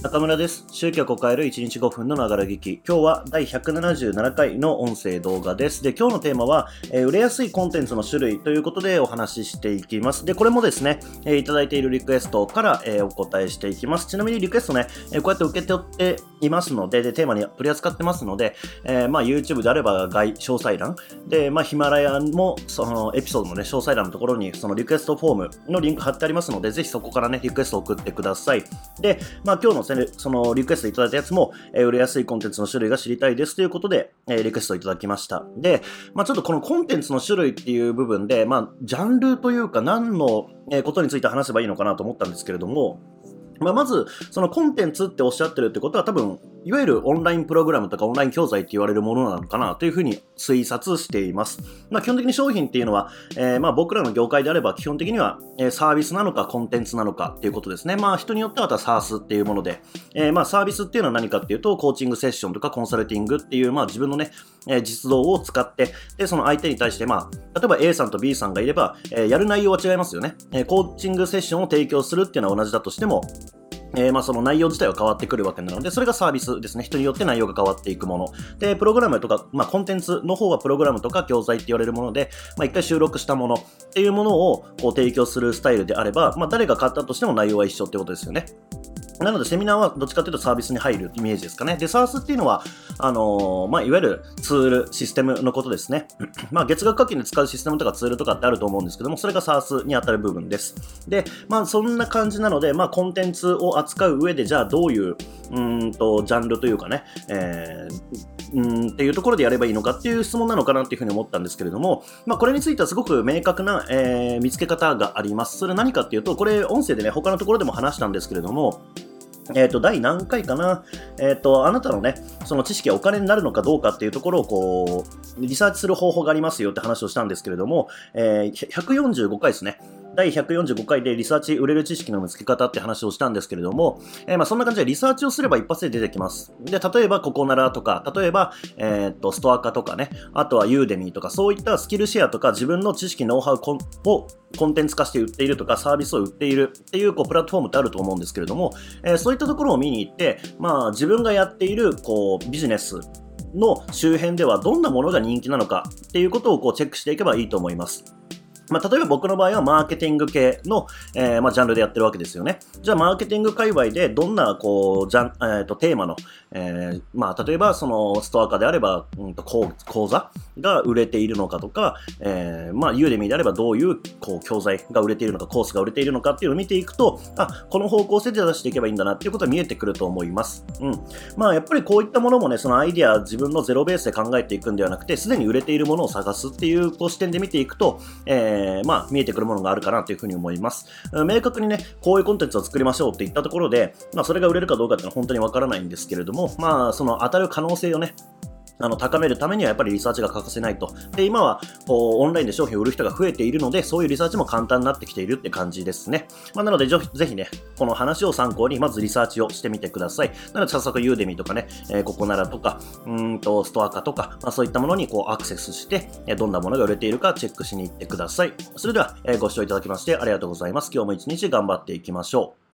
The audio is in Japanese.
中村です。集客を変える1日5分のながら聞き。今日は第177回の音声動画です。で、今日のテーマは、売れやすいコンテンツの種類ということでお話ししていきます。で、これもですね、いただいているリクエストから、お答えしていきます。ちなみにリクエストね、こうやって受け取っていますので、テーマに取り扱ってますので、YouTube であれば詳細欄で、ヒマラヤもそのエピソードのね、詳細欄のところにそのリクエストフォームのリンク貼ってありますので、ぜひそこからね、リクエストを送ってください。で、今日のそのリクエストいただいたやつも、売れやすいコンテンツの種類が知りたいですということで、リクエストいただきました。で、ちょっとこのコンテンツの種類っていう部分で、ジャンルというか何のことについて話せばいいのかなと思ったんですけれども、まず、そのコンテンツっておっしゃってるってことは多分、いわゆるオンラインプログラムとかオンライン教材って言われるものなのかなというふうに推察しています。基本的に商品っていうのは、僕らの業界であれば基本的には、サービスなのかコンテンツなのかっていうことですね。人によってはSaaS っていうもので、サービスっていうのは何かっていうと、コーチングセッションとかコンサルティングっていう、自分のね、実動を使って、で、その相手に対して、例えば A さんと B さんがいれば、やる内容は違いますよね。コーチングセッションを提供するっていうのは同じだとしても、その内容自体は変わってくるわけなので、それがサービスですね。人によって内容が変わっていくもの。で、プログラムとか、コンテンツの方はプログラムとか教材って言われるもので、一回収録したものっていうものをこう提供するスタイルであれば、誰が買ったとしても内容は一緒ってことですよね。なので、セミナーはどっちかというとサービスに入るイメージですかね。で、SaaS っていうのは、いわゆるツール、システムのことですね。月額課金で使うシステムとかツールとかってあると思うんですけども、それが SaaS に当たる部分です。で、そんな感じなので、コンテンツを扱う上で、じゃあどういう、ジャンルというかね、っていうところでやればいいのかっていう質問なのかなっていうふうに思ったんですけれども、これについてはすごく明確な、見つけ方があります。それは何かっていうと、これ音声でね、他のところでも話したんですけれども、第何回かな、あなたのね、その知識がお金になるのかどうかっていうところをこう、リサーチする方法がありますよって話をしたんですけれども、145回ですね。第145回でリサーチ売れる知識の見つけ方って話をしたんですけれども、そんな感じでリサーチをすれば一発で出てきます。で、例えばココナラとか、例えば、ストア化とかね、あとはユーデミーとか、そういったスキルシェアとか自分の知識、ノウハウをコンテンツ化して売っているとか、サービスを売っているっていうプラットフォームってあると思うんですけれども、そういったところを見に行って、自分がやっているビジネスの周辺ではどんなものが人気なのかっていうことをチェックしていけばいいと思います。例えば僕の場合はマーケティング系の、ジャンルでやってるわけですよね。じゃあマーケティング界隈でどんなテーマの、例えばそのストア化であれば、講座が売れているのかとか、ユーデミーであればどういう教材が売れているのか、コースが売れているのかっていうのを見ていくと、この方向性で出していけばいいんだなっていうことが見えてくると思います。やっぱりこういったものもね、そのアイディア自分のゼロベースで考えていくんではなくて、すでに売れているものを探すっていう視点で見ていくと、見えてくるものがあるかなというふうに思います。明確にね、こういうコンテンツを作りましょうって言ったところで、それが売れるかどうかっていうのは本当にわからないんですけれども、その当たる可能性をね、高めるためにはやっぱりリサーチが欠かせないと。で、今はオンラインで商品を売る人が増えているので、そういうリサーチも簡単になってきているって感じですね。なのでぜひね、この話を参考にまずリサーチをしてみてください。なので早速ユーデミとかね、ココナラとか、ストア化とか、そういったものにアクセスして、どんなものが売れているかチェックしに行ってください。それでは、ご視聴いただきましてありがとうございます。今日も一日頑張っていきましょう。